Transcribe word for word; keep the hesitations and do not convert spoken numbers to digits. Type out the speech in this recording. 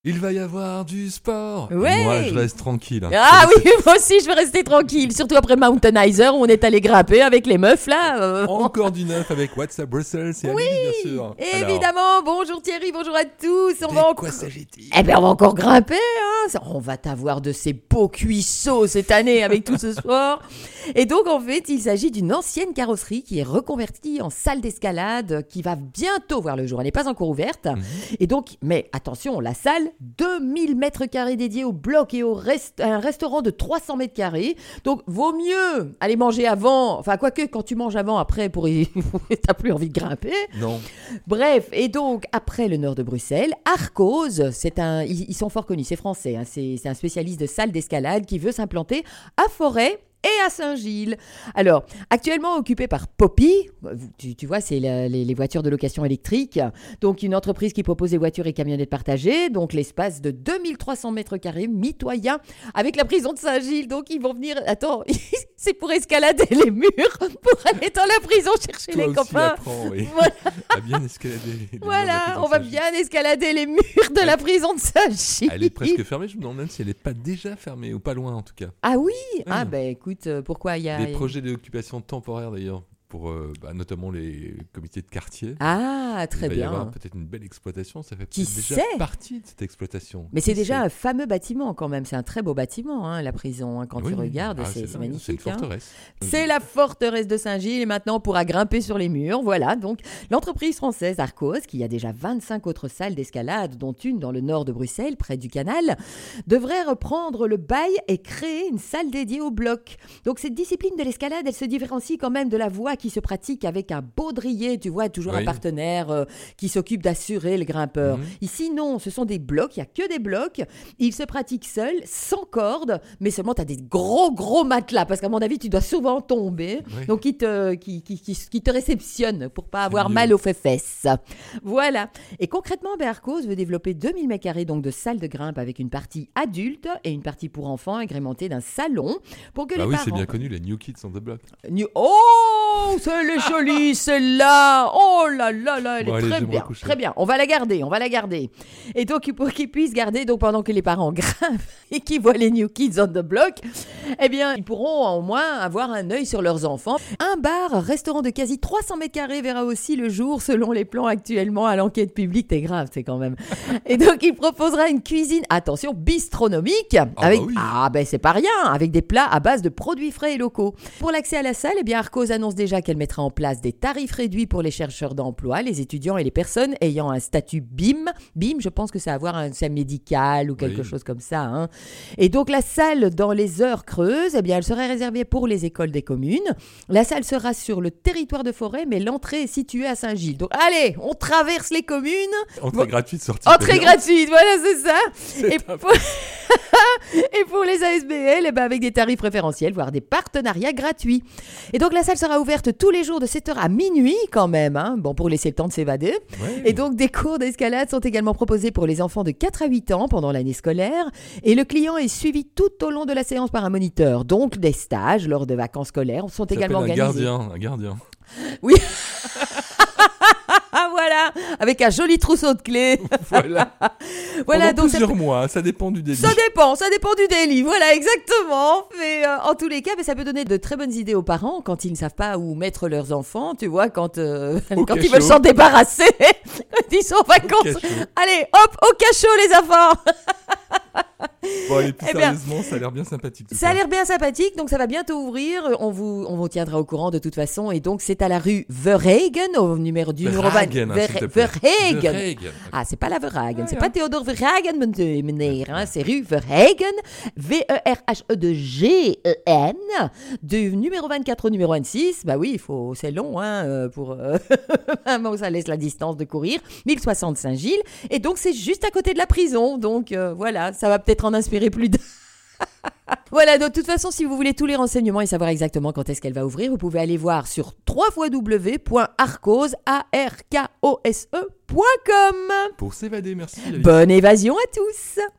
Il va y avoir du sport. Ouais. Et moi, je reste tranquille. Hein. Ah oui, moi aussi, je vais rester tranquille. Surtout après Mountainizer, où on est allé grimper avec les meufs, là. Euh... Encore du neuf avec What's Up Brussels et Oui, Amélie, bien sûr. évidemment. Alors... Bonjour Thierry, bonjour à tous. On de va quoi encore... s'agit-il ? Eh bien, on va encore grimper. Hein. On va t'avoir de ces beaux cuisseaux cette année avec tout ce sport. Et donc, en fait, il s'agit d'une ancienne carrosserie qui est reconvertie en salle d'escalade qui va bientôt voir le jour. Elle n'est pas encore ouverte. Mmh. Et donc, mais attention, la salle, deux mille mètres carrés dédiés au bloc et au rest- un restaurant de trois cents mètres carrés. Donc, vaut mieux aller manger avant. Enfin, quoique, quand tu manges avant, après, pour y... t'as plus envie de grimper. Non. Bref, et donc, après le nord de Bruxelles, Arcos, c'est un... ils, ils sont fort connus, c'est français. Hein, c'est, c'est un spécialiste de salle d'escalade qui veut s'implanter à Forêt et à Saint-Gilles. Alors, actuellement occupé par Poppy, tu, tu vois, c'est la, les, les voitures de location électrique, donc une entreprise qui propose des voitures et camionnettes partagées, donc l'espace de deux mille trois cents mètres carrés mitoyen avec la prison de Saint-Gilles. Donc, ils vont venir, attends, c'est pour escalader les murs, pour aller dans la prison chercher Toi les aussi copains. Apprends, oui. Voilà. À bien escalader les Voilà, on va bien escalader les murs de ouais. la prison de Saint-Gilles. Elle est presque fermée, je me demande même si elle n'est pas déjà fermée, ou pas loin en tout cas. Ah oui, ouais. Ah ben écoute, euh, pourquoi il y a... Des projets d'occupation temporaire d'ailleurs, pour euh, bah, notamment les comités de quartier. Ah, très bien. Il va bien. y avoir peut-être une belle exploitation, ça fait Qui peut-être déjà sait partie de cette exploitation. Mais c'est Qui déjà sait un fameux bâtiment quand même, c'est un très beau bâtiment, hein, la prison, hein, quand oui, tu regardes, ah, c'est, c'est, c'est dingue, magnifique. C'est une forteresse. Hein. C'est la forteresse de Saint-Gilles et maintenant on pourra grimper sur les murs. Voilà, donc l'entreprise française Arcos, qui a déjà vingt-cinq autres salles d'escalade, dont une dans le nord de Bruxelles, près du canal, devrait reprendre le bail et créer une salle dédiée au bloc. Donc cette discipline de l'escalade, elle se différencie quand même de la voie qui se pratique avec avec un baudrier, tu vois, toujours oui. un partenaire euh, qui s'occupe d'assurer le grimpeur. Mmh. Ici, non, ce sont des blocs, il n'y a que des blocs. Il se pratique seul, sans corde, mais seulement tu as des gros, gros matelas, parce qu'à mon avis, tu dois souvent tomber. Oui. Donc, qui te, qui, qui, qui, qui te réceptionne pour pas avoir mal aux fesses. Voilà. Et concrètement, Arcos veut développer deux mille mètres carrés donc de salles de grimpe avec une partie adulte et une partie pour enfants agrémentée d'un salon pour que bah les oui, parents... c'est bien connu, les New Kids on the Block. New... Oh, c'est les jolie celle-là. Oh là là là, elle bon, est allez, très bien, très bien. On va la garder, on va la garder. Et donc pour qu'ils puissent garder, donc pendant que les parents grimpent et qu'ils voient les New Kids on the Block, eh bien ils pourront au moins avoir un œil sur leurs enfants. Un bar, restaurant de quasi trois cents mètres carrés verra aussi le jour selon les plans actuellement à l'enquête publique. T'es grave, c'est quand même. Et donc il proposera une cuisine, attention, bistronomique. Ah avec bah oui. ah ben c'est pas rien, avec des plats à base de produits frais et locaux. Pour l'accès à la salle, eh bien Arcos annonce déjà qu'elle mettra en place des tarifs réduits pour les chercheurs d'emploi, les étudiants et les personnes ayant un statut B I M. B I M, je pense que c'est avoir un c'est médical ou quelque oui. chose comme ça. Hein. Et donc la salle, dans les heures creuses, eh bien, elle serait réservée pour les écoles des communes. La salle sera sur le territoire de Forêt, mais l'entrée est située à Saint-Gilles. Donc allez, on traverse les communes. Entrée bon. gratuite, sortie Entrée gratuite, voilà, c'est ça. C'est et, pour... et pour les A S B L, eh ben, avec des tarifs préférentiels, voire des partenariats gratuits. Et donc la salle sera ouverte tous les jours de sept heures à minuit quand même, hein, bon, pour laisser le temps de s'évader. Ouais. Et donc des cours d'escalade sont également proposés pour les enfants de quatre à huit ans pendant l'année scolaire. Et le client est suivi tout au long de la séance par un moniteur. Donc des stages lors de vacances scolaires sont Ça également organisés. Un gardien, un gardien. Oui. Voilà, avec un joli trousseau de clés. Voilà. Voilà Pendant donc plusieurs ça... mois, ça dépend du délit. Ça dépend, ça dépend du délit. Voilà, exactement. Mais euh, en tous les cas, mais ça peut donner de très bonnes idées aux parents quand ils ne savent pas où mettre leurs enfants. Tu vois, quand euh, quand ils veulent s'en débarrasser, quand ils sont en vacances. Allez, hop, au cachot les enfants. Bon, allez, plus eh sérieusement, bien, ça a l'air bien sympathique. Ça a l'air bien sympathique, donc ça va bientôt ouvrir. On vous, on vous tiendra au courant de toute façon. Et donc, c'est à la rue Verhaegen, au numéro du numéro vingt. Verhaegen. Verhaegen. Ah, c'est pas la Verhaegen. Ah, c'est ja. pas Théodore Verhaegen, meneer. Hein, c'est rue Verhaegen. V E R H E de G E N. Du numéro vingt-quatre au numéro vingt-six. Bah oui, il faut, c'est long, hein, pour, euh, bon, ça laisse la distance de courir. mille soixante Saint-Gilles. Et donc, c'est juste à côté de la prison. Donc, euh, voilà, ça va peut-être en inspirer plus d'un. Voilà, donc de toute façon, si vous voulez tous les renseignements et savoir exactement quand est-ce qu'elle va ouvrir, vous pouvez aller voir sur w w w point arcos point com. Pour s'évader, merci. Bonne évasion à tous.